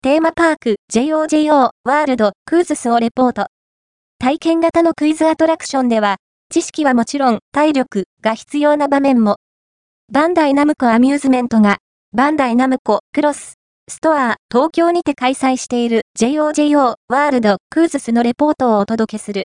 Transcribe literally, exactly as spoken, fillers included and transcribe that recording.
テーマパーク ジェイオージェーオー ワールドクーズスをレポート。体験型のクイズアトラクションでは、知識はもちろん体力が必要な場面も。バンダイナムコアミューズメントが、バンダイナムコクロスストア東京にて開催している ジェイオージェーオー ワールドクーズスのレポートをお届けする。